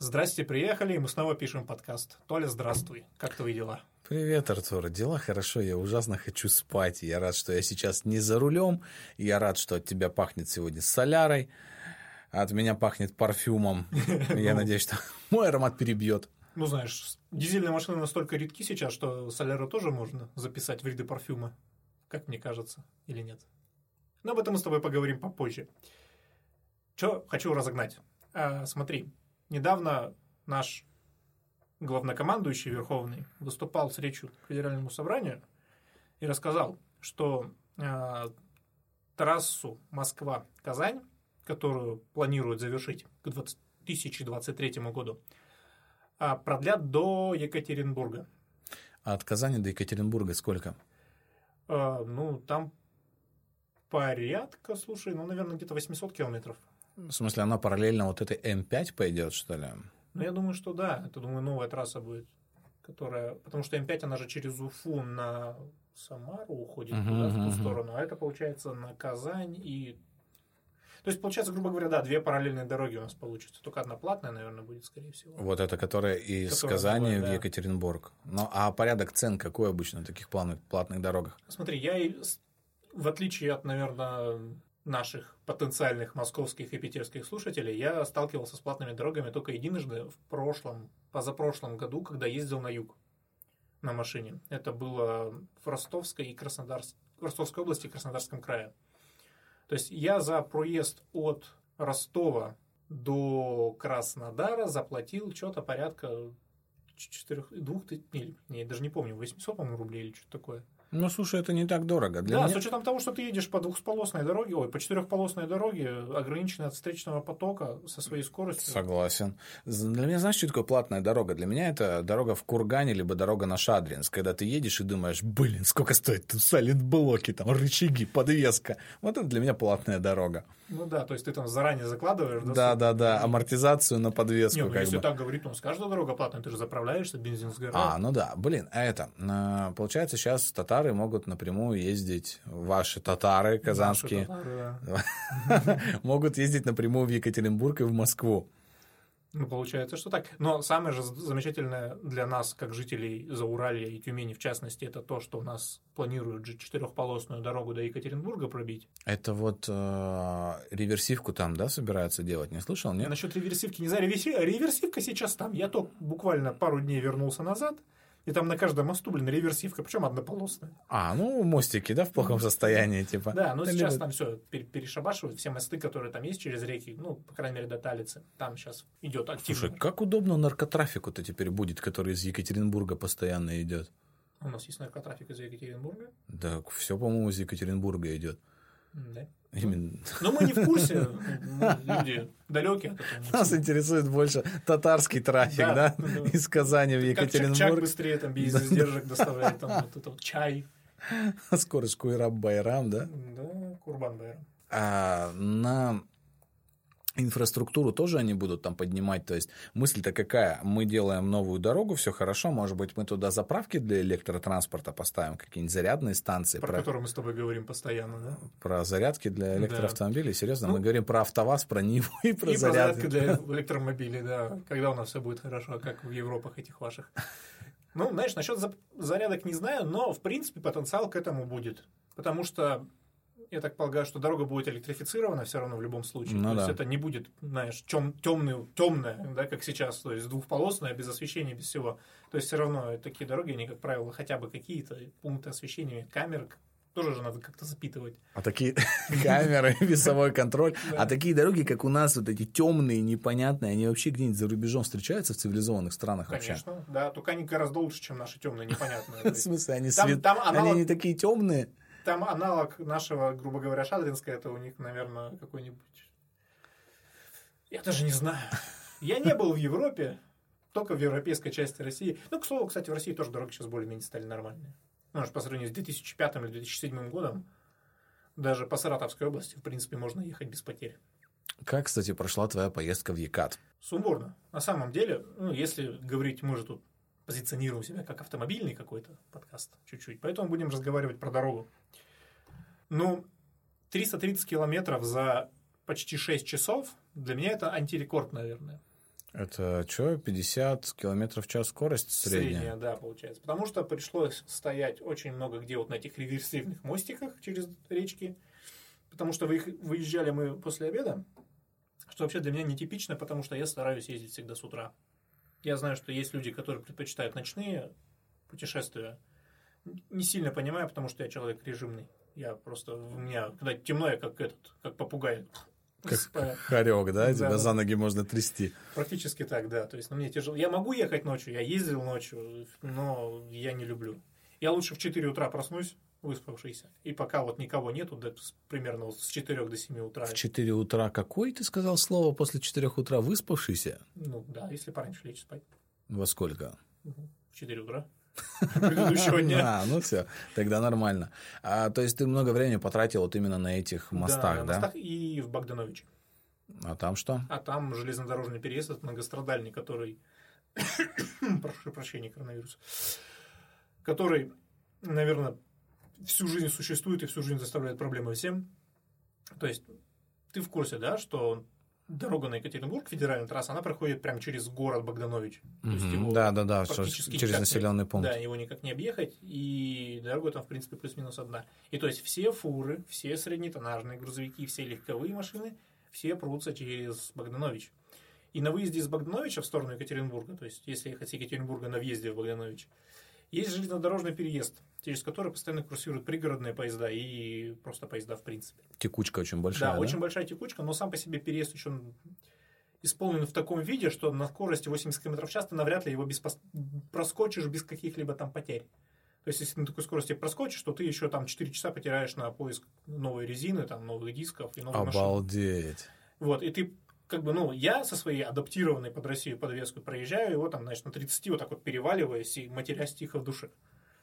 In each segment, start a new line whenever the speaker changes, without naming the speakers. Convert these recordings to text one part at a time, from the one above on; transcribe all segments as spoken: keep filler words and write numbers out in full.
Здрасте, приехали, и мы снова пишем подкаст. Толя, здравствуй. Как твои дела?
Привет, Артур. Дела хорошо, я ужасно хочу спать. Я рад, что я сейчас не за рулем. Я рад, что от тебя пахнет сегодня солярой, а от меня пахнет парфюмом. Я надеюсь, что мой аромат перебьет.
Ну, знаешь, дизельные машины настолько редки сейчас, что соляру тоже можно записать в ряды парфюма, как мне кажется, или нет. Но об этом мы с тобой поговорим попозже. Че хочу разогнать. А, смотри, недавно наш главнокомандующий Верховный выступал в речи к Федеральному собранию и рассказал, что э, трассу Москва-Казань, которую планируют завершить к две тысячи двадцать третьему году, э, продлят до Екатеринбурга.
А от Казани до Екатеринбурга сколько?
Э, ну, там порядка, слушай, ну, наверное, где-то восемьсот километров.
В смысле, она параллельно вот этой эм пять пойдет, что ли?
Ну, я думаю, что да. Это, думаю, новая трасса будет, которая... Потому что эм пять, она же через Уфу на Самару уходит, uh-huh, туда, в ту uh-huh. сторону. А это, получается, на Казань и... То есть, получается, грубо говоря, да, две параллельные дороги у нас получится. Только одна платная, наверное, будет, скорее всего.
Вот это, которая из которая Казани новая, в да. Екатеринбург. Ну, а порядок цен какой обычно на таких платных, платных дорогах?
Смотри, я, в отличие от, наверное... наших потенциальных московских и питерских слушателей, я сталкивался с платными дорогами только единожды в прошлом, позапрошлом году, когда ездил на юг на машине. Это было в Ростовской и Краснодарской, в Ростовской области и Краснодарском крае. То есть я за проезд от Ростова до Краснодара заплатил что-то порядка четырех, двух, не, не, даже не помню, восемьсот, по-моему, рублей или что-то такое.
Ну, слушай, это не так дорого. Для
да,
меня...
с учетом того, что ты едешь по двухполосной дороге, ой, по четырехполосной дороге, ограниченной от встречного потока со своей скоростью.
Согласен. Для меня, знаешь, что такое платная дорога? Для меня это дорога в Кургане, либо дорога на Шадринск, когда ты едешь и думаешь, блин, сколько стоит тут сайлент-блоки, там, рычаги, подвеска. Вот это для меня платная дорога.
Ну да, то есть ты там заранее закладываешь.
Да, да, да, амортизацию на подвеску.
Не, ну,
как
если
бы.
Так говорит, ну, с каждой дорога платная, ты же заправляешься, бензин сгорает.
А, ну да, блин, а это, получается, сейчас татары могут напрямую ездить, ваши татары казанские, могут ездить напрямую в Екатеринбург и в Москву.
Ну, получается, что так. Но самое же замечательное для нас, как жителей Зауралья и Тюмени, в частности, это то, что у нас планируют же четырехполосную дорогу до Екатеринбурга пробить.
Это вот э, реверсивку там, да, собираются делать? Не слышал, нет?
Насчет реверсивки, не знаю, реверсивка сейчас там. Я только буквально пару дней вернулся назад, и там на каждом мосту, блин, реверсивка, причем однополосная.
А, ну, мостики, да, в плохом состоянии, типа.
Да, но сейчас там все перешабашивают, все мосты, которые там есть через реки, ну, по крайней мере, до Талицы, там сейчас идет активно.
Слушай, как удобно наркотрафику-то теперь будет, который из Екатеринбурга постоянно идет.
У нас есть наркотрафик из Екатеринбурга?
Да, все, по-моему, из Екатеринбурга идет.
Да.
Именно.
Но мы не в курсе, мы люди далекие от этого.
Нас интересует больше татарский трафик, да, да? Да, да. Из Казани в Екатеринбург.
Как Чак быстрее там без издержек доставляет, там вот это вот чай.
Скорость Куйраб-Байрам, да?
Да, Курбан-Байрам.
А на инфраструктуру тоже они будут там поднимать, то есть мысль-то какая, мы делаем новую дорогу, все хорошо, может быть, мы туда заправки для электротранспорта поставим, какие-нибудь зарядные станции.
Про, про... которые мы с тобой говорим постоянно, да?
Про зарядки для электроавтомобилей,
да.
серьезно,
ну,
мы говорим про АвтоВАЗ, про Ниву и про
и
зарядки.
про зарядки для электромобилей, да, когда у нас все будет хорошо, как в Европах этих ваших. Ну, знаешь, насчет зарядок не знаю, но, в принципе, потенциал к этому будет, потому что я так полагаю, что дорога будет электрифицирована все равно в любом случае.
Ну,
то
да.
есть это не будет, знаешь, тем, темный, темная, да, как сейчас, то есть двухполосная, без освещения, без всего. То есть все равно такие дороги, они, как правило, хотя бы какие-то пункты освещения, камеры, тоже же надо как-то запитывать.
А такие камеры, весовой контроль. А такие дороги, как у нас, вот эти темные, непонятные, они вообще где-нибудь за рубежом встречаются в цивилизованных странах вообще?
Конечно, да. Только они гораздо лучше, чем наши темные, непонятные.
В смысле, они они не такие темные?
Там аналог нашего, грубо говоря, Шадринска, это у них, наверное, какой-нибудь... Я даже не знаю. Я не был в Европе, только в европейской части России. Ну, к слову, кстати, в России тоже дороги сейчас более-менее стали нормальные. Ну, по сравнению с две тысячи пятым или две тысячи седьмым годом, даже по Саратовской области, в принципе, можно ехать без потерь.
Как, кстати, прошла твоя поездка в Екат?
Сумбурно. На самом деле, ну, если говорить, мы же тут позиционируем себя как автомобильный какой-то подкаст чуть-чуть, поэтому будем разговаривать про дорогу. Ну, триста тридцать километров за почти шесть часов, для меня это антирекорд, наверное.
Это что, пятьдесят километров в час скорость средняя?
Средняя, да, получается. Потому что пришлось стоять очень много где вот на этих реверсивных мостиках через речки. Потому что выезжали мы после обеда, что вообще для меня нетипично, потому что я стараюсь ездить всегда с утра. Я знаю, что есть люди, которые предпочитают ночные путешествия. Не сильно понимаю, потому что я человек режимный. Я просто, у меня, когда темно, я как этот, как попугай.
Как хорек, да? Тебя
да,
за ноги можно трясти.
Практически так, да. То есть, ну, мне тяжело. Я могу ехать ночью, я ездил ночью, но я не люблю. Я лучше в четыре утра проснусь, выспавшийся. И пока вот никого нету, да, примерно вот с четырёх до семи утра.
В четыре утра какой, ты сказал слово, после четырёх утра выспавшийся?
Ну, да, если пораньше лечь спать.
Во сколько?
В четыре утра. Предыдущего дня.
А, ну все, тогда нормально. А, то есть ты много времени потратил вот именно на этих мостах, да?
Да, на мостах и в Богдановиче.
А там что?
А там железнодорожный переезд, это многострадальный, который... Прошу прощения, коронавирус. Который, наверное, всю жизнь существует и всю жизнь заставляет проблемы всем. То есть ты в курсе, да, что дорога на Екатеринбург, федеральная трасса, она проходит прямо через город Богданович.
Mm-hmm. Да, да, да, через населенный
не,
пункт.
Да, его никак не объехать, и дорога там, в принципе, плюс-минус одна. И то есть все фуры, все среднетоннажные грузовики, все легковые машины, все прутся через Богданович. И на выезде из Богдановича в сторону Екатеринбурга, то есть если ехать с Екатеринбурга на въезде в Богданович, есть железнодорожный переезд, через который постоянно курсируют пригородные поезда и просто поезда в принципе.
Текучка очень большая, да?
Да, очень большая текучка, но сам по себе переезд еще исполнен в таком виде, что на скорости восемьдесят километров в час ты навряд ли его без пос... проскочишь без каких-либо там потерь. То есть, если ты на такой скорости проскочишь, то ты еще там четыре часа потеряешь на поиск новой резины, там, новых дисков и новых машин.
Обалдеть.
Вот, и ты как бы, ну, я со своей адаптированной под Россию подвеской проезжаю его там, значит, на тридцати вот так вот переваливаясь и матерясь тихо в душе.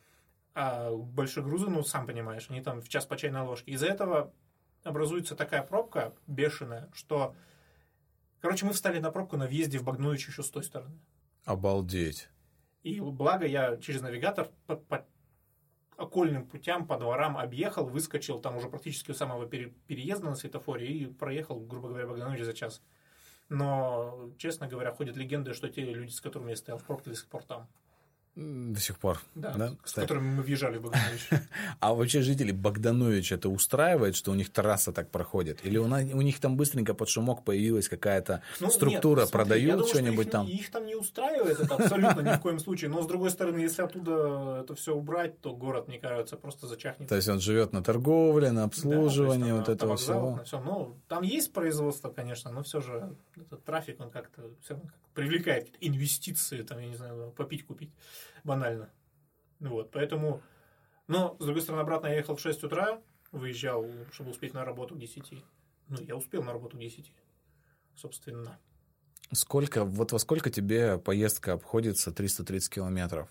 А большие грузы, ну, сам понимаешь, они там в час по чайной ложке. Из-за этого образуется такая пробка бешеная, что... Короче, мы встали на пробку на въезде в Богданович еще с той стороны.
Обалдеть.
И благо я через навигатор по, по окольным путям, по дворам объехал, выскочил там уже практически у самого пере, переезда на светофоре и проехал, грубо говоря, Богданович за час. Но, честно говоря, ходят легенды, что те люди, с которыми я стоял в пробке, до сих пор там.
До сих пор.
Да,
да?
с Кстати. которыми мы въезжали в Богданович.
А вообще жители Богдановича это устраивает, что у них трасса так проходит? Или у, на, у них там быстренько под шумок появилась какая-то ну, структура, нет, смотри, продают думаю, что-нибудь
их,
там?
Их там не устраивает это абсолютно ни в коем случае. Но, с другой стороны, если оттуда это все убрать, то город, мне кажется, просто зачахнет.
То есть он живет на торговле, на обслуживании, да, вот на, этого всего?
Все. Ну, там есть производство, конечно, но все же этот трафик, он как-то все равно как привлекает какие-то инвестиции, там, я не знаю, попить, купить. Банально. Вот, поэтому... Но, с другой стороны, обратно я ехал в шесть утра, выезжал, чтобы успеть на работу к десяти. Ну, я успел на работу к десяти, собственно.
Сколько, вот во сколько тебе поездка обходится триста тридцать километров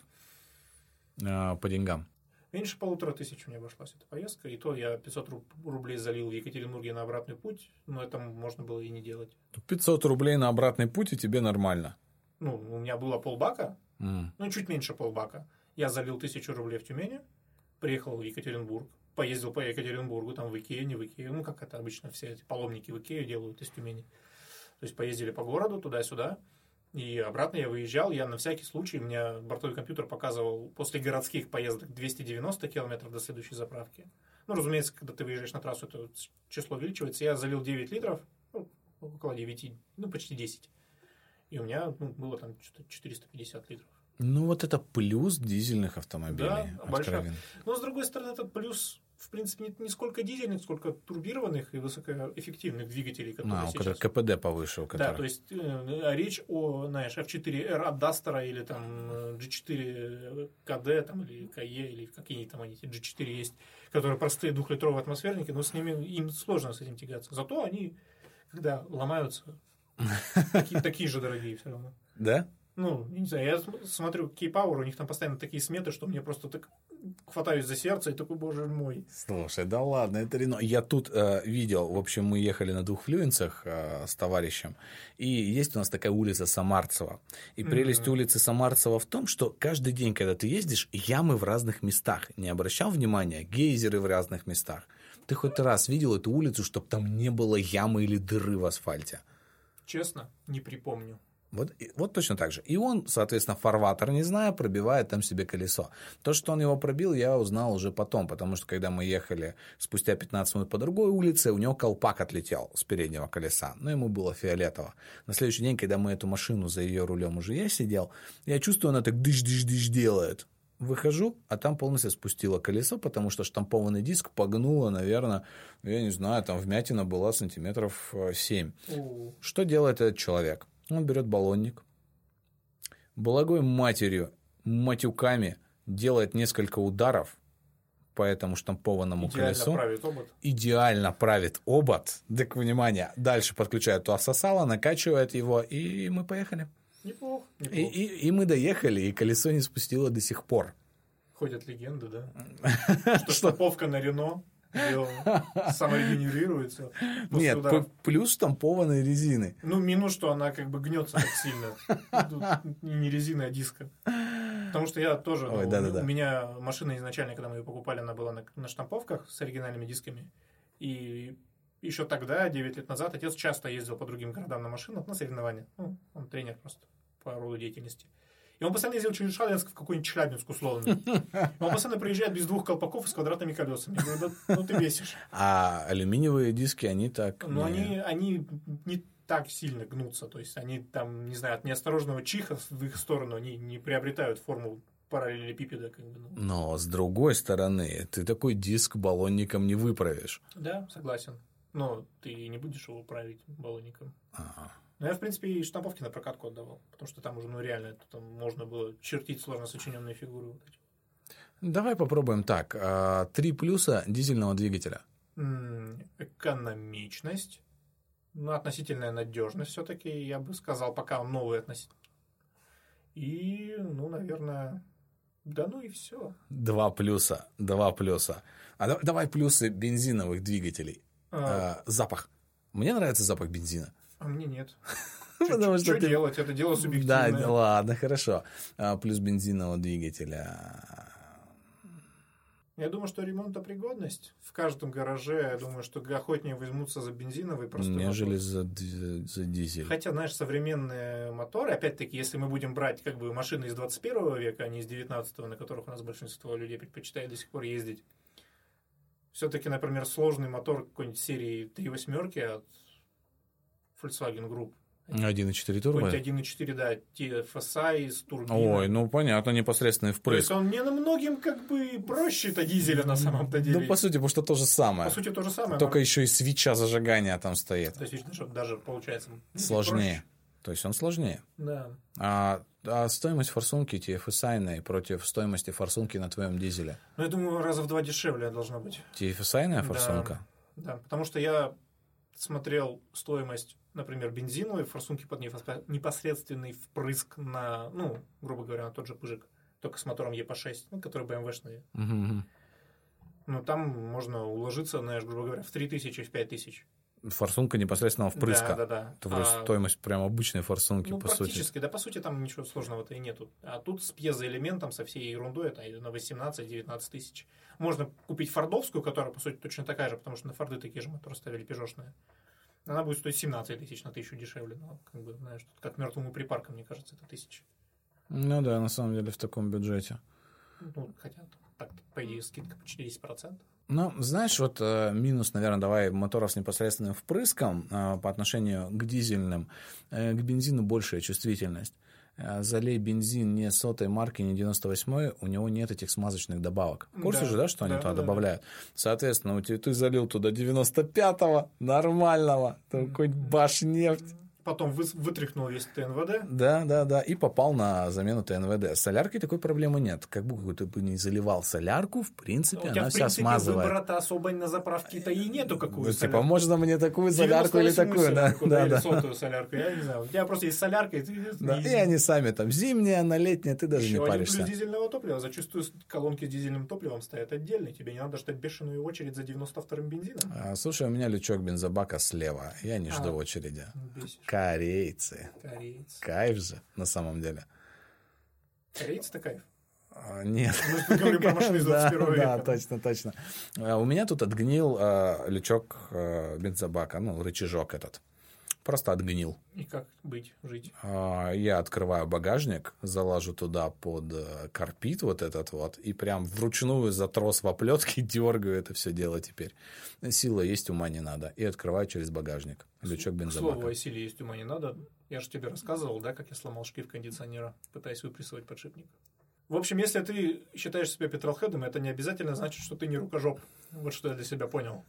э, по деньгам?
Меньше полутора тысяч мне обошлась эта поездка, и то я пятьсот рублей залил в Екатеринбурге на обратный путь, но это можно было и не делать.
пятьсот рублей на обратный путь, и тебе нормально?
Ну, у меня было полбака,
mm.
ну, чуть меньше полбака. Я залил тысячу рублей в Тюмени, приехал в Екатеринбург, поездил по Екатеринбургу, там в Икею, не в Икею, ну, как это обычно все эти паломники в Икею делают из Тюмени. То есть, поездили по городу, туда-сюда, и обратно я выезжал, я на всякий случай, у меня бортовой компьютер показывал после городских поездок двести девяносто километров до следующей заправки. Ну, разумеется, когда ты выезжаешь на трассу, это число увеличивается. Я залил девять литров, ну, около девяти, ну, почти десять. И у меня ну, было там четыреста пятьдесят литров.
Ну, вот это плюс дизельных автомобилей.
Да, большой. Но, с другой стороны, этот плюс, в принципе, не, не сколько дизельных, сколько турбированных и высокоэффективных двигателей, которые
а,
сейчас...
ка пэ дэ повыше. У
да, то есть, э, речь о, знаешь, эф четыре эр от Duster или там джи четыре ка дэ там, или ка и, или какие там они, джи четыре есть, которые простые двухлитровые атмосферники, но с ними им сложно с этим тягаться. Зато они, когда ломаются, такие, такие же дорогие все равно.
Да?
Ну, не знаю, я смотрю Key-Power, у них там постоянно такие сметы, что мне просто так хватаюсь за сердце и такой, боже мой.
Слушай, да ладно, это Рено. Я тут э, видел, в общем, мы ехали на двух флюенсах э, с товарищем, и есть у нас такая улица Самарцева. И прелесть mm-hmm. улицы Самарцева в том, что каждый день, когда ты ездишь, ямы в разных местах. Не обращал внимания? Гейзеры в разных местах. Ты хоть раз видел эту улицу, чтобы там не было ямы или дыры в асфальте?
Честно, не припомню.
Вот, вот точно так же. И он, соответственно, фарватер, не зная, пробивает там себе колесо. То, что он его пробил, я узнал уже потом, потому что, когда мы ехали спустя пятнадцать минут по другой улице, у него колпак отлетел с переднего колеса, но ему было фиолетово. На следующий день, когда мы эту машину за ее рулем уже я сидел, я чувствую, она так дыш-дыш-дыш делает. Выхожу, а там полностью спустило колесо, потому что штампованный диск погнуло, наверное, я не знаю, там вмятина была сантиметров семь.
У.
Что делает этот человек? Он берет баллонник, благой матерью, матюками делает несколько ударов по этому штампованному
Идеально
колесу.
правит обод.
Идеально правит обод. Так, внимание, дальше подключает то сосало, накачивает его, и мы поехали.
Неплохо. неплохо.
И, и, и мы доехали, и колесо не спустило до сих пор.
Ходят легенды, да? Что штамповка на Рено саморегенерируется.
Нет, плюс штампованной резины.
Ну, минус, что она как бы гнется так сильно. Не резина, а диска. Потому что я тоже...
Ой,
ну,
да, да, да.
У меня машина изначально, когда мы ее покупали, она была на, на штамповках с оригинальными дисками. И еще тогда, девять лет назад, отец часто ездил по другим городам на машинах на соревнования. Ну, он тренер просто по роду деятельности. И он постоянно ездил через Шаленск в какой-нибудь Челябинск условно. И он постоянно приезжает без двух колпаков и с квадратными колесами. Я говорю, да, ну ты бесишь.
А алюминиевые диски, они так...
Ну,
не...
они, они не так сильно гнутся. То есть, они там, не знаю, от неосторожного чиха в их сторону они не приобретают форму параллелепипеда. Как бы, ну.
Но, с другой стороны, ты такой диск баллонником не выправишь.
Да, согласен. Но ты не будешь его править баллонником.
Ага.
Но я, в принципе, и штамповки на прокатку отдавал. Потому что там уже, ну, реально, там можно было чертить сложно сочиненные фигуры. Вот эти.
Давай попробуем так. Три плюса дизельного двигателя.
М-м, экономичность. Ну, относительная надежность все-таки, я бы сказал, пока он новый относительно. И, ну, наверное, да ну и все.
Два плюса. Два плюса. А да- давай плюсы бензиновых двигателей.
А,
А, запах. Мне нравится запах бензина.
а мне нет.
Потому
Что
что ты-
делать? Это дело
Да,
субъективное.
ладно, хорошо. А, плюс бензинового двигателя.
Я думаю, что ремонтопригодность в каждом гараже, я думаю, что охотнее возьмутся за бензиновый простой
Нежели
мотор.
за, ди- за дизель.
Хотя, знаешь, современные моторы, опять-таки, если мы будем брать как бы машины из двадцать первого века, а не из девятнадцатого, на которых у нас большинство людей предпочитает до сих пор ездить, все-таки, например, сложный мотор какой-нибудь серии три восьмерки от Volkswagen Group,
один и четыре турбо?
какой-нибудь один и четыре, да, ти эф эс ай с турбиной.
Ой, ну понятно, непосредственный
То есть
впрыск.
он не на многим как бы проще-то дизеля на самом-то деле.
Ну, по сути, потому что то же самое.
По сути, то же самое.
Только еще и свеча зажигания там стоит.
То есть, видишь, даже, даже получается... ну,
Сложнее. То есть он сложнее.
проще. Да.
А, а стоимость форсунки ти эф эс ай против стоимости форсунки на твоем дизеле?
Ну, я думаю, раза в два дешевле должна быть.
ти эф эс ай форсунка?
Да, потому что я смотрел стоимость, например, бензиновой форсунки под непосредственный впрыск на, ну, грубо говоря, на тот же пыжик, только с мотором и пи шесть, ну, который бэ эм вэ-шный.
Угу.
Ну, там можно уложиться, знаешь, грубо говоря, в три тысячи, в пять тысяч.
Форсунка непосредственного впрыска.
Да, да, да.
Это вроде
А,
стоимость прям обычной форсунки,
ну,
по сути.
практически, да, по сути, там ничего сложного-то и нету. А тут с пьезоэлементом, со всей ерундой, это на восемнадцать-девятнадцать тысяч. Можно купить фордовскую, которая, по сути, точно такая же, потому что на форды такие же моторы ставили пежошные. Она будет стоить семнадцать тысяч, на тысячу дешевле. Ну, как бы, знаешь, тут как мертвому припаркам, мне кажется, это тысяча.
Ну да, на самом деле в таком бюджете.
Ну, хотя, так, по идее, скидка почти десять процентов.
Ну, знаешь, вот э, минус, наверное, давай моторов с непосредственным впрыском э, по отношению к дизельным, э, к бензину большая чувствительность. Э, залей бензин не сотой марки, не девяносто восьмой, у него нет этих смазочных добавок. В курсе
Да,
же, да, что они
да,
туда
да,
добавляют? Соответственно, у тебя, ты залил туда девяносто пятого нормального, какой-нибудь башнефть.
Потом вы, вытряхнул весь тэ эн вэ дэ.
Да, да, да, и попал на замену тэ эн вэ дэ. С соляркой такой проблемы нет. Как бы ты бы не заливал солярку, в принципе,
У тебя,
она
в
вся
принципе,
смазывает.
выбора-то особо на заправке-то и нету какую
Ну,
солярку.
типа, можно мне такую солярку или такую, да,
солярку,
да,
или
да.
сотую солярку, я не знаю. У тебя просто есть солярка, и ты...
Да, и они сами там, зимняя, она летняя, ты даже
Еще
не
один
паришься.
плюс дизельного топлива. Зачастую колонки с дизельным топливом стоят отдельно. Тебе не надо ждать бешеную очередь за девяносто вторым бензином.
А, слушай, у меня лючок бензобака слева, я не жду
А.
очереди.
Бесишь.
Корейцы.
Корейцы.
Кайф же, на самом деле.
Корейцы-то кайф.
А, Нет.
Мы говорим про машины из двадцать первого
Да,
века.
да, точно, точно. А, У меня тут отгнил а, лючок а, бензобака, ну, рычажок этот. просто отгнил.
И как быть, жить?
Я открываю багажник, залажу туда под карпит вот этот вот, и прям вручную за трос в оплетке дергаю это все дело теперь. Сила есть, ума не надо. И открываю через багажник. Лючок бензобака.
К слову, о силе есть, ума не надо. Я же тебе рассказывал, да, как я сломал шкив кондиционера, пытаясь выпрессовать подшипник. В общем, если ты считаешь себя петролхедом, это не обязательно значит, что ты не рукожоп. Вот что я для себя понял.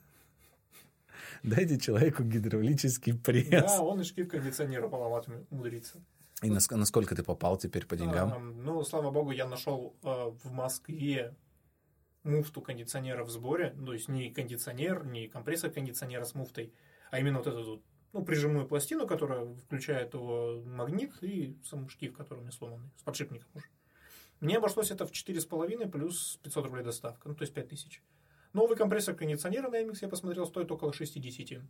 Дайте человеку гидравлический пресс.
Да, он и шкив кондиционера поломать умудрится.
И на, насколько ты попал теперь по деньгам?
А, ну, слава богу, я нашел а, в Москве муфту кондиционера в сборе. То есть не кондиционер, не компрессор кондиционера с муфтой, а именно вот эту вот, ну, прижимную пластину, которая включает его магнит и сам шкив, который у меня сломанный, с подшипником уже. Мне обошлось это в четыре с половиной плюс пятьсот рублей доставка, ну, то есть пять тысяч. Новый компрессор кондиционера на эм икс, я посмотрел, стоит около шестьдесят.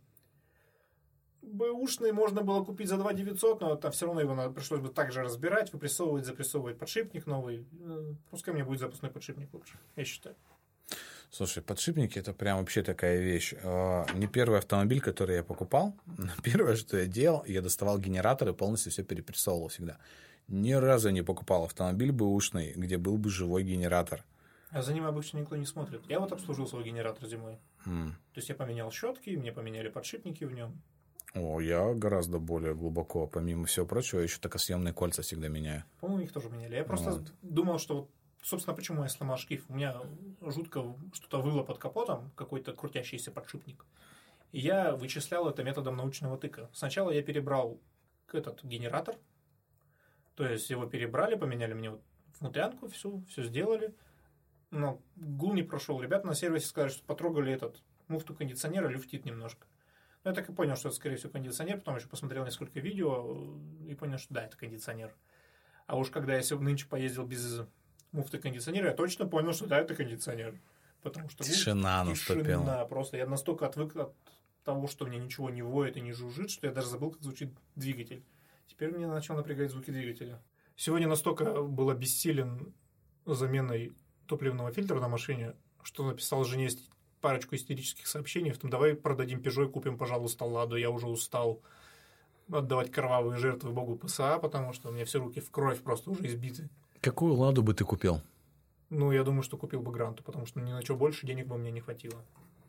Бэушный можно было купить за два тысячи девятьсот, но там все равно его надо, пришлось бы также разбирать, выпрессовывать, запрессовывать подшипник новый. Пускай мне будет запасной подшипник лучше, я считаю.
Слушай, подшипники — это прям вообще такая вещь. Не первый автомобиль, который я покупал. Первое, что я делал, я доставал генератор и полностью все перепрессовывал всегда. Ни разу не покупал автомобиль бэушный, где был бы живой генератор.
А за ним обычно никто не смотрит. Я вот обслужил свой генератор зимой.
Mm.
То есть я поменял щетки, мне поменяли подшипники в нем.
О, я гораздо более глубоко, помимо всего прочего, еще токосъемные кольца всегда меняю.
По-моему, их тоже меняли. Я просто вот. думал, что вот, собственно, почему я сломал шкив. У меня жутко что-то выло под капотом, какой-то крутящийся подшипник. И я вычислял это методом научного тыка. Сначала я перебрал этот генератор, то есть его перебрали, поменяли мне вот внутрянку, всю, все сделали. Но гул не прошел. Ребята на сервисе сказали, что потрогали этот муфту кондиционера, люфтит немножко. Но я так и понял, что это, скорее всего, кондиционер. Потом еще посмотрел несколько видео и понял, что да, это кондиционер. А уж когда я нынче поездил без муфты кондиционера, я точно понял, что да, это кондиционер. Потому что
тишина
гул,
наступила.
Тишина. Просто я настолько отвык от того, что мне ничего не воет и не жужжит, что я даже забыл, как звучит двигатель. Теперь мне начал напрягать звуки двигателя. Сегодня настолько был обессилен заменой топливного фильтра на машине, что написал жене парочку истерических сообщений, в том, давай продадим Peugeot и купим, пожалуйста, Ладу, я уже устал отдавать кровавые жертвы богу ПСА, потому что у меня все руки в кровь просто уже избиты.
Какую Ладу бы ты купил?
Ну, я думаю, что купил бы Гранту, потому что ни на что больше денег бы мне не хватило.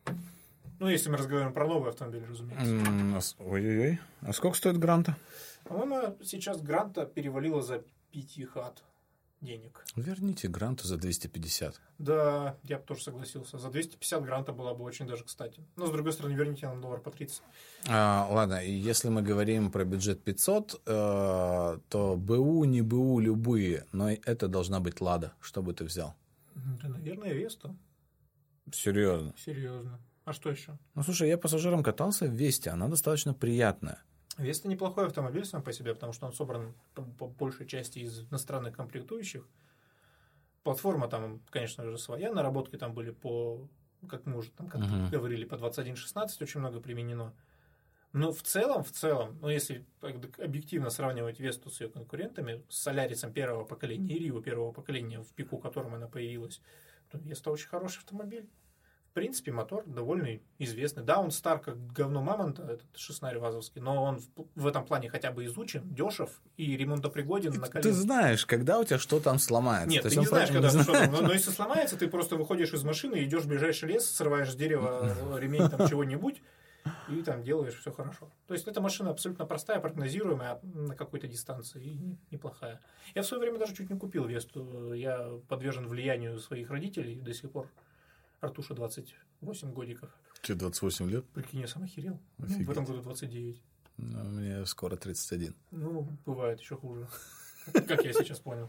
Ну, если мы разговариваем про новый автомобиль, разумеется.
Ой-ой-ой. А сколько стоит Гранта?
По-моему, сейчас Гранта перевалила за пятихат денег.
Верните Гранту за двести пятьдесят.
Да, я бы тоже согласился. За двести пятьдесят Гранта была бы очень даже кстати. Но, с другой стороны, верните нам доллар по тридцать.
А, ладно, и если мы говорим про бюджет пятьсот, э, то БУ, не БУ, любые, но это должна быть Лада. Что бы ты взял?
Да, наверное, Веста.
Серьезно?
Серьезно. А что еще?
Ну, слушай, я пассажиром катался в Весте, она достаточно приятная.
Веста неплохой автомобиль сам по себе, потому что он собран по, по большей части из иностранных комплектующих. Платформа там, конечно же, своя, наработки там были по, как мы уже там как uh-huh. говорили, по двадцать один шестнадцать очень много применено. Но в целом, в целом, ну, если объективно сравнивать Весту с ее конкурентами, с Солярисом первого поколения и Рио первого поколения, в пику которым она появилась, то Веста очень хороший автомобиль. В принципе, мотор довольно известный. Да, он стар, как говно мамонта, этот шестнарь вазовский, но он в, в этом плане хотя бы изучен, дешев и ремонтопригоден на колено.
Ты знаешь, когда у тебя что там сломается.
Нет, ты не знаешь, когда что там. Но, но если сломается, ты просто выходишь из машины, идешь в ближайший лес, срываешь с дерева ремень там чего-нибудь и там делаешь все хорошо. То есть, эта машина абсолютно простая, прогнозируемая на какой-то дистанции и неплохая. Я в свое время даже чуть не купил Весту. Я подвержен влиянию своих родителей до сих пор. Артуша двадцать восемь годиков.
Тебе двадцать восемь лет?
Прикинь, я сам охерел. Ну, в этом году двадцать девять.
Ну, мне скоро тридцать один.
Ну, бывает еще хуже. Как я сейчас понял.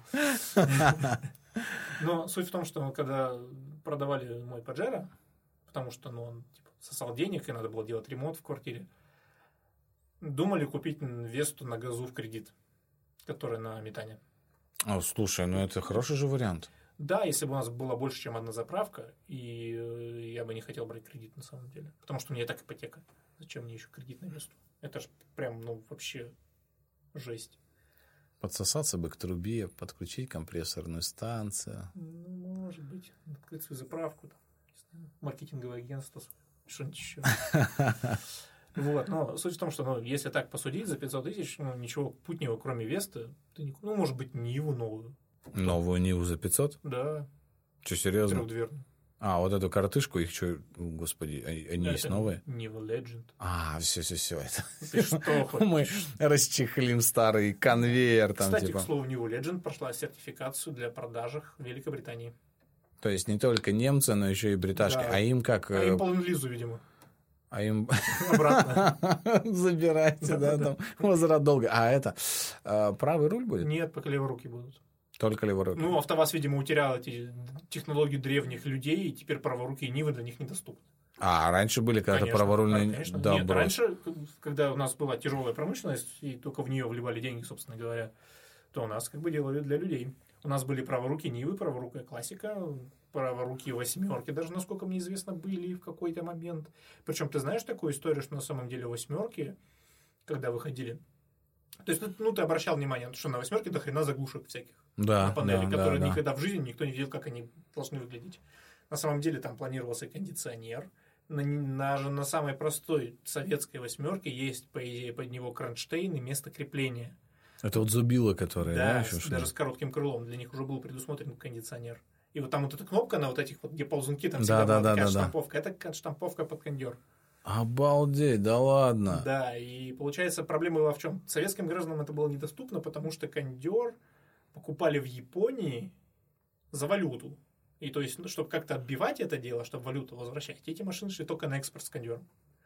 Но суть в том, что когда продавали мой Паджеро, потому что ну, он типа, сосал денег, и надо было делать ремонт в квартире, думали купить Весту на газу в кредит, которая на метане.
О, слушай, ну это хороший же вариант.
Да, если бы у нас было больше, чем одна заправка, и я бы не хотел брать кредит на самом деле. Потому что у меня и так ипотека. Зачем мне еще кредит на Весту? Это ж прям, ну, вообще жесть.
Подсосаться бы к трубе, подключить компрессорную станцию.
Ну, может быть. Открыть свою заправку. Там, не знаю, маркетинговое агентство. Что-нибудь еще. Вот, но суть в том, что, ну, если так посудить, за пятьсот тысяч, ну, ничего путнего, кроме Веста, ты не... ну, может быть, Ниву новую.
Новую Ниву за пятьсот?
Да.
Что, серьезно?
Трехдверную.
А, вот эту коротышку, их что, господи, они
Это
есть новые?
Нива Legend.
А, все-все-все, это...
Ты что, хоть?
Мы расчехлим старый конвейер там,
Кстати,
типа.
к слову, Нива Legend прошла сертификацию для продажи в Великобритании.
То есть не только немцы, но еще и бриташки.
Да.
А им как...
А им полон-лизу, видимо.
А им...
Обратно.
Забирайте, да, там возврат долга. А это правый руль будет?
Нет, пока леворуки будут.
Только леворуки.
Ну, АвтоВАЗ, видимо, утерял эти технологии древних людей, и теперь праворукие Нивы для них недоступны.
А, раньше были когда-то
Конечно,
праворульные...
да, конечно.
Да,
Нет,
брось.
раньше, когда у нас была тяжелая промышленность, и только в нее вливали деньги, собственно говоря, то у нас как бы делали для людей. У нас были праворукие Нивы, праворукая классика, праворукие восьмерки, даже, насколько мне известно, были в какой-то момент. Причем ты знаешь такую историю, что на самом деле восьмерки, когда выходили, то есть, ну, ты обращал внимание, что на восьмерке до хрена заглушек всяких
Да,
на панели,
да,
которые
да, да.
никогда в жизни никто не видел, как они должны выглядеть. На самом деле там планировался кондиционер. На, на, на самой простой советской восьмерке есть, по идее, под него кронштейн и место крепления.
Это вот зубило, которое, да,
Да,
еще
с-
что
даже с коротким крылом. Для них уже был предусмотрен кондиционер. И вот там вот эта кнопка на вот этих вот, где ползунки, там
Да,
всегда
да,
была
да,
такая
да, да.
штамповка. Это штамповка под кондер.
Обалдеть, да ладно.
Да, и получается, проблема была в чем? Советским гражданам это было недоступно, потому что кондер покупали в Японии за валюту. И то есть, ну, чтобы как-то отбивать это дело, чтобы валюту возвращать, эти машины шли только на экспорт с кондером.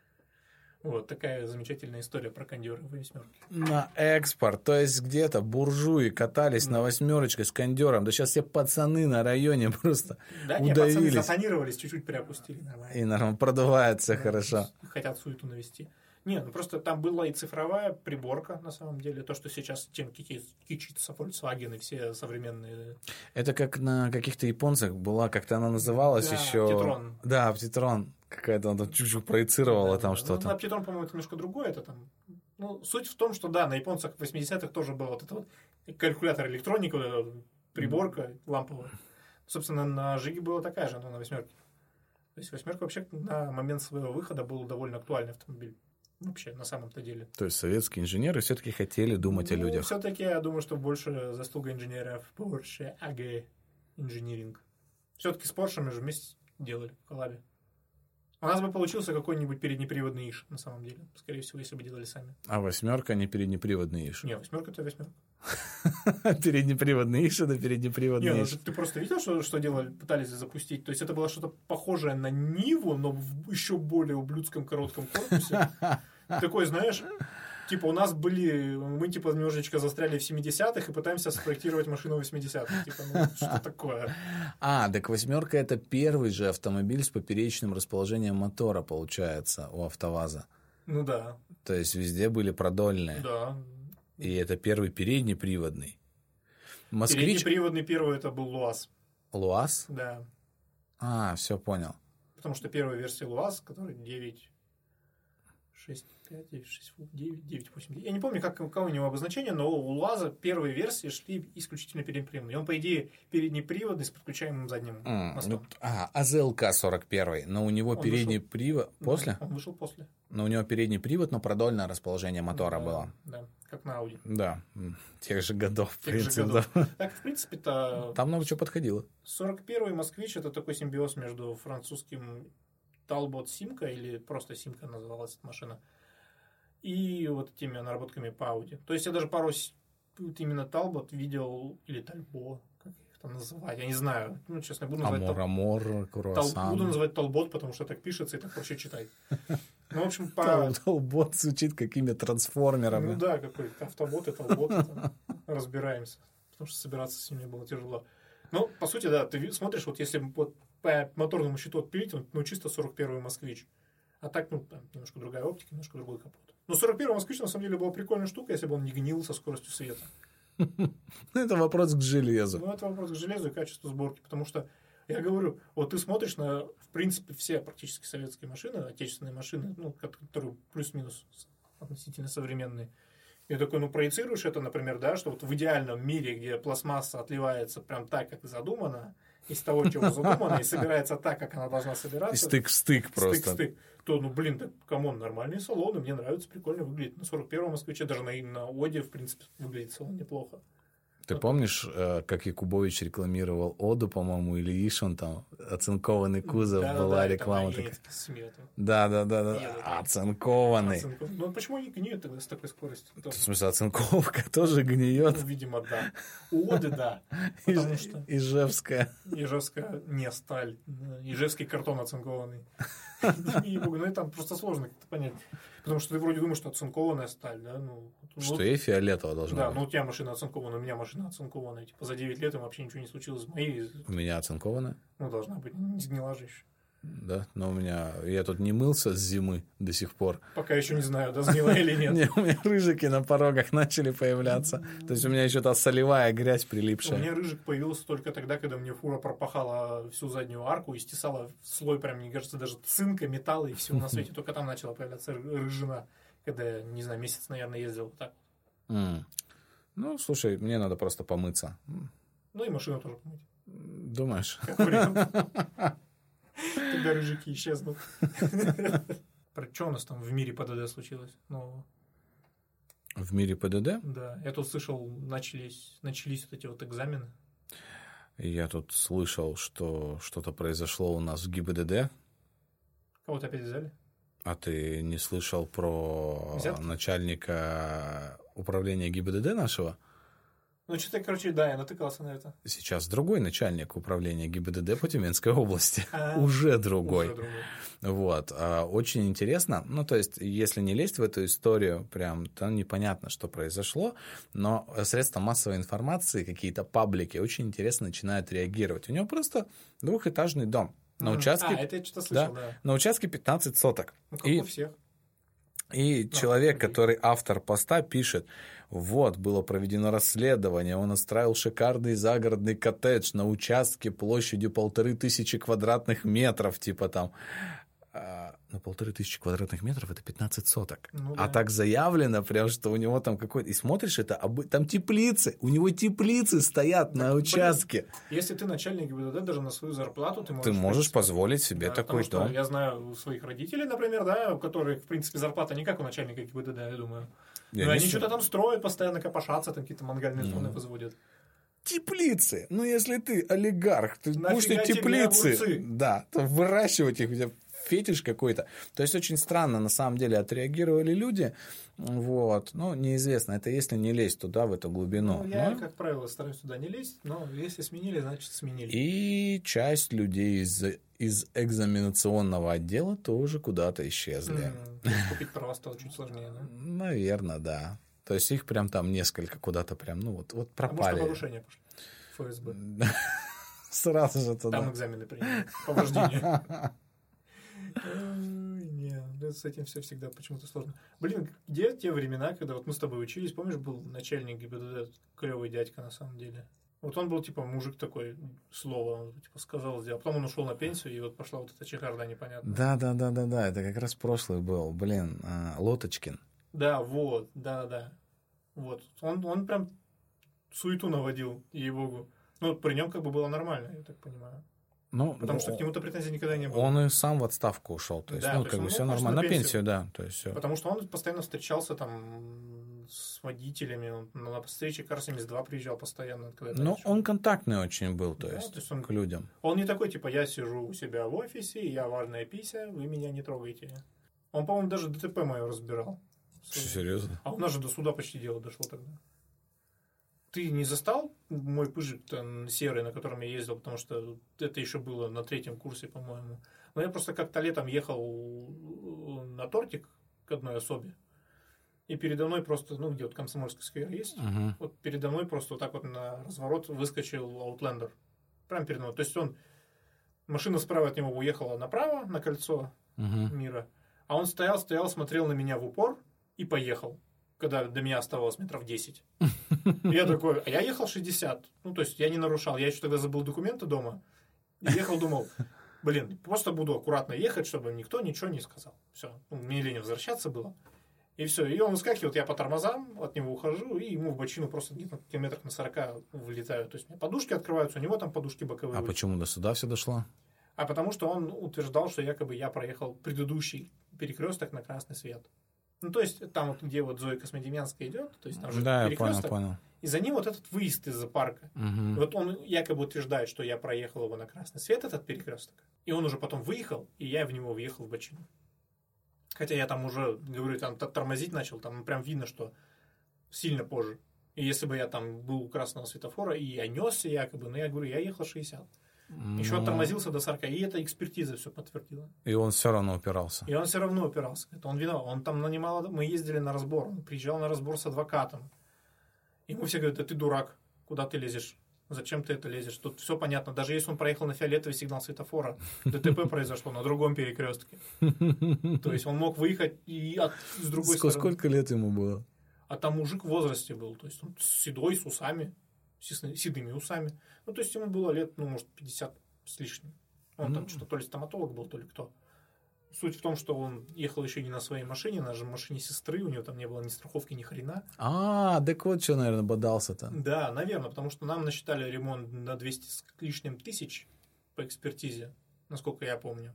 Вот такая замечательная история про кондеры в восьмерке.
На экспорт, то есть где-то буржуи катались
Да.
на восьмерочке с кондером. Да сейчас все пацаны на районе просто
Да, не, пацаны
удавились.
затонировались, чуть-чуть приопустили нормально.
И нормально продувается
Да,
хорошо.
Хотят суету навести. Не, ну просто там была и цифровая приборка, на самом деле. То, что сейчас тем кичи- кичится Volkswagen и все современные...
Это как на каких-то японцах была, как-то она называлась
Да,
еще.
Птитрон.
Да, Птитрон. Какая-то она там чуть-чуть проецировала
Да,
там
да.
что-то.
Ну, на Птитрон, по-моему, это немножко другое. Это там... Ну, суть в том, что да, на японцах в восьмидесятых тоже был вот этот вот калькулятор электроника, вот эта вот приборка ламповая. Собственно, на Жиге была такая же, но на восьмерке. То есть восьмерка вообще на момент своего выхода был довольно актуальный автомобиль. Вообще, на самом-то деле.
То есть советские инженеры все-таки хотели думать о
Ну,
людях.
все-таки я думаю, что больше заслуга инженеров Porsche эй джи Engineering. Все-таки с Porsche мы же вместе делали в коллабе. У нас бы получился какой-нибудь переднеприводный иш, на самом деле. Скорее всего, если бы делали сами.
А восьмерка не переднеприводный иш.
Не, восьмерка это восьмерка.
Переднеприводный иш, это
Не,
переднеприводный
ну
иш.
ты, ты просто видел, что, что делали, пытались запустить? То есть это было что-то похожее на Ниву, но в еще более ублюдском коротком корпусе. Такой, знаешь, типа у нас были, мы типа немножечко застряли в семидесятых и пытаемся спроектировать машину в восьмидесятых. Типа, ну что такое?
А, так восьмерка это первый же автомобиль с поперечным расположением мотора, получается, у АвтоВАЗа.
Ну да,
То есть везде были продольные.
да.
И это первый переднеприводный. Москвич...
Переднеприводный первый это был ЛуАЗ.
ЛуАЗ?
Да.
А, все понял.
Потому что первая версия ЛуАЗ, который девять шесть пять девять шесть девять девять восемь девять. Я не помню, как, какое у него обозначение, но у ЛуАЗа первые версии шли исключительно переднеприводные. Он, по идее, переднеприводный с подключаемым задним
М,
мостом.
ну, а, АЗЛК сорок один, но у него
Он
передний
вышел-
привод...
Да,
После?
Он вышел после.
Но у него передний привод, но продольное расположение мотора
Да,
было.
Да, как на Audi.
Да, м, тех же годов, в
Тех же
принципе.
годов.
да.
Так, в принципе-то,
Там много чего подходило.
сорок первый «Москвич» — это такой симбиоз между французским Talbot Симка, или просто Симка называлась эта машина, и вот этими наработками по Audi. То есть я даже пару с- вот именно Talbot видел, или Talbot, как их там называть, я не знаю. Ну, честно, буду называть
Амор,
Tal-
амор,
Tal-
круассан.
буду называть Talbot, потому что так пишется и так проще читать. Ну, в общем, по...
Тал- Талбот звучит как имя трансформера.
Ну
бля.
да, какой-то автобот и толбот, там, разбираемся. Потому что собираться с ними было тяжело. Ну, по сути, да, ты ви- смотришь, вот если вот по моторному счету отпилить, он, ну, чисто сорок первый «Москвич». А так, ну, там, немножко другая оптика, немножко другой капот. Но сорок первый «Москвич» на самом деле была прикольная штука, если бы он не гнил со скоростью света.
Это вопрос к железу.
Ну, это вопрос к железу и качеству сборки, потому что, я говорю, вот ты смотришь на, в принципе, все практически советские машины, отечественные машины, ну, которые плюс-минус относительно современные, и такой, ну, проецируешь это, например, да, что вот в идеальном мире, где пластмасса отливается прям так, как задумано, из того, чего задумано, и собирается так, как она должна собираться.
И стык в стык просто.
Стык в стык. То, ну, блин, так, камон, нормальные салоны, мне нравится, прикольно выглядит. На сорок первом Москвиче, даже на, на Оде, в принципе, выглядит салон неплохо.
Ты вот. Помнишь, как Якубович рекламировал Оду, по-моему, или Ишон, там, оцинкованный кузов, да, была да, реклама такая. Да, да, да, да. Оцинкованный.
Оцинков... Ну, почему они гниют тогда с такой скоростью?
В смысле, оцинковка тоже гниет?
Ну, видимо, да. У Оды, да. Потому что...
Ижевская.
Ижевская, не сталь. Ижевский картон оцинкованный. Ну, и там просто сложно как-то понять. Потому что ты вроде думаешь, что оцинкованная сталь, да? Ну,
что и фиолетово должна
да,
быть.
Да, ну у тебя машина оцинкованная, у меня машина оцинкованная. Типа за девять лет им вообще ничего не случилось. Моей...
У меня оцинкованная?
Ну, должна быть, не сгнила же еще.
Да, но у меня... Я тут не мылся с зимы до сих пор.
Пока еще не знаю, да, сгнила или нет.
Не, у меня рыжики на порогах начали появляться. То есть у меня еще та солевая грязь прилипшая.
У меня рыжик появился только тогда, когда мне фура пропахала всю заднюю арку и стесала слой, прям, мне кажется, даже цинка, металла и всего на свете. Только там начала появляться рыжина, когда я, не знаю, месяц, наверное, ездил вот так.
Mm. Ну, слушай, мне надо просто помыться.
Ну и машину тоже помыть.
Думаешь?
Как вариант. Тогда рыжики исчезнут. Про что у нас там в мире ПДД случилось? Ну,
в мире ПДД?
Да. Я тут слышал, начались, начались вот эти вот экзамены.
Я тут слышал, что что-то произошло у нас в ГИБДД.
Кого-то опять взяли?
А ты не слышал про
Взятки?
Начальника управления ГИБДД нашего?
Ну, что-то, короче, да, я натыкался на это.
Сейчас другой начальник управления ГИБДД по Тюменской области. Уже другой.
Уже другой.
Вот. Очень интересно. Ну, то есть, если не лезть в эту историю, прям, то непонятно, что произошло, но средства массовой информации, какие-то паблики, очень интересно начинают реагировать. У него просто двухэтажный дом. На участке,
а, это я что-то слышал,
да,
да.
На участке пятнадцать соток.
Ну, как
и,
у всех.
И да, человек, окей. который автор поста, пишет: вот, было проведено расследование, он отстраивал шикарный загородный коттедж на участке площадью полторы тысячи квадратных метров, типа там. А, на полторы тысячи квадратных метров это пятнадцать соток.
Ну,
а
да.
так заявлено прям, что у него там какой-то... И смотришь, это там теплицы, у него теплицы стоят так, на участке.
Блин, если ты начальник ГИБДД, даже на свою зарплату ты можешь...
Ты можешь позволить себе
да,
такой
потому
дом.
Что я знаю своих родителей, например, да, у которых, в принципе, зарплата не как у начальника ГИБДД, я думаю. Я Но они с... что-то там строят, постоянно копошатся, там какие-то мангальные зоны mm. возводят.
Теплицы! Ну, если ты олигарх, ты будешь теплицы, да, то выращивать их, у тебя фетиш какой-то. То есть, очень странно, на самом деле, отреагировали люди. Вот. Ну, неизвестно, это если не лезть туда, в эту глубину.
Ну, я,
но...
как правило, стараюсь туда не лезть, но если сменили, значит, сменили.
И часть людей из, из экзаменационного отдела тоже куда-то исчезли.
Mm-hmm. Купить права стало чуть сложнее, да?
Наверное, да. То есть, их прям там несколько куда-то прям, ну, вот, вот пропали.
А может, повышение пошло? ФСБ.
Сразу же туда.
Там экзамены приняли по вождению. Нет, с этим все всегда почему-то сложно. Блин, где те времена, когда вот мы с тобой учились, помнишь, был начальник ГИБДД, клевый дядька на самом деле. Вот он был, типа, мужик такой, слово, он, типа, сказал, сделал. Потом он ушел на пенсию, и вот пошла вот эта чехарда непонятная.
Да-да-да-да-да, это как раз прошлый был, блин, Лоточкин.
Да, вот, да-да. Вот, он, он прям суету наводил, ей-богу. Ну, вот при нем как бы было нормально, я так понимаю.
Ну,
потому что к нему-то претензий никогда не было.
Он и сам в отставку ушел. То есть,
да,
ну,
то
как
есть
бы все нормально. На пенсию, да. То есть, все.
Потому что он постоянно встречался там с водителями. Он на встрече Кар семьдесят два приезжал постоянно.
Ну, он контактный очень был, то, да, есть, то есть он, к людям.
Он не такой, типа, я сижу у себя в офисе, я важная пися, вы меня не трогайте. Он, по-моему, даже ДТП мое разбирал.
Серьезно?
А у нас же до суда почти дело дошло тогда. Ты не застал мой пыжик там серый, на котором я ездил, потому что это еще было на третьем курсе, по-моему. Но я просто как-то летом ехал на тортик к одной особе, и передо мной просто, ну, где вот Комсомольский сквер есть,
uh-huh.
вот передо мной просто вот так вот на разворот выскочил Outlander. Прям передо мной. То есть он, машина справа от него уехала направо, на кольцо
uh-huh.
мира, а он стоял, стоял, смотрел на меня в упор и поехал, когда до меня оставалось метров десять. Я такой, а я ехал шестьдесят. Ну, то есть, я не нарушал. Я еще тогда забыл документы дома. И ехал, думал, блин, просто буду аккуратно ехать, чтобы никто ничего не сказал. Все. Ну, мне лень возвращаться было. И все. И он выскакивает, я по тормозам от него ухожу, и ему в бочину просто где-то километрах на сорока влетаю. То есть у меня подушки открываются, у него там подушки боковые.
А почему до суда все дошло?
А потому что он утверждал, что якобы я проехал предыдущий перекресток на красный свет. Ну, то есть, там вот, где вот Зоя Космодемьянская идет, то есть там же
да,
перекресток,
я понял, понял.
И за ним вот этот выезд из-за парка.
Угу.
Вот он якобы утверждает, что я проехал его на красный свет, этот перекресток. И он уже потом выехал, и я в него въехал в бочину. Хотя я там уже, говорю, там тормозить начал, там прям видно, что сильно позже. И если бы я там был у красного светофора, и я несся якобы, но я говорю, я ехал шестьдесят. Ну... Еще оттормозился до сорока, и эта экспертиза все подтвердила.
И он все равно упирался.
И он все равно упирался. Это он виноват. Он там нанимал... Мы ездили на разбор, он приезжал на разбор с адвокатом. Ему все говорят, да ты дурак, куда ты лезешь? Зачем ты это лезешь? Тут все понятно. Даже если он проехал на фиолетовый сигнал светофора, ДТП произошло на другом перекрестке. То есть он мог выехать и от, с другой
Сколько,
стороны.
Сколько лет ему было?
А там мужик в возрасте был. То есть он седой, с усами, с седыми усами. Ну, то есть ему было лет, ну, может, пятьдесят с лишним. Он mm-hmm. там что-то то ли стоматолог был, то ли кто. Суть в том, что он ехал еще не на своей машине, на же машине сестры, у него там не было ни страховки, ни хрена.
А, так вот что, наверное, бодался-то.
Да, наверное, потому что нам насчитали ремонт на двести с лишним тысяч по экспертизе, насколько я помню.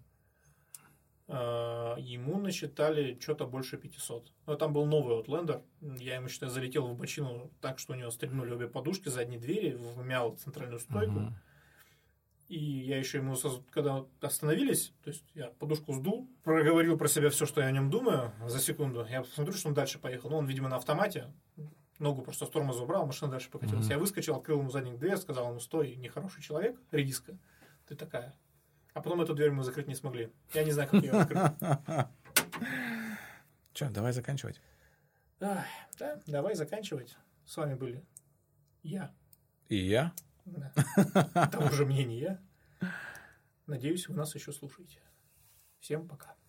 Ему насчитали что-то больше пятисот. Но там был новый Outlander. Я ему, считаю, залетел в бочину так, что у него стрельнули обе подушки, задние двери, вмял центральную стойку. Uh-huh. И я еще ему, когда остановились, то есть я подушку сдул, проговорил про себя все, что я о нем думаю за секунду. Я посмотрю, что он дальше поехал. Ну, он, видимо, на автомате. Ногу просто с тормоза убрал, машина дальше покатилась. Mm-hmm. Я выскочил, открыл ему заднюю дверь, сказал ему, стой, нехороший человек, редиска, ты такая. А потом эту дверь мы закрыть не смогли. Я не знаю, как ее открыть.
Че, давай заканчивать.
Да, давай заканчивать. С вами были я.
И я.
Да. Того же мнения я. Надеюсь, вы нас еще слушаете. Всем пока.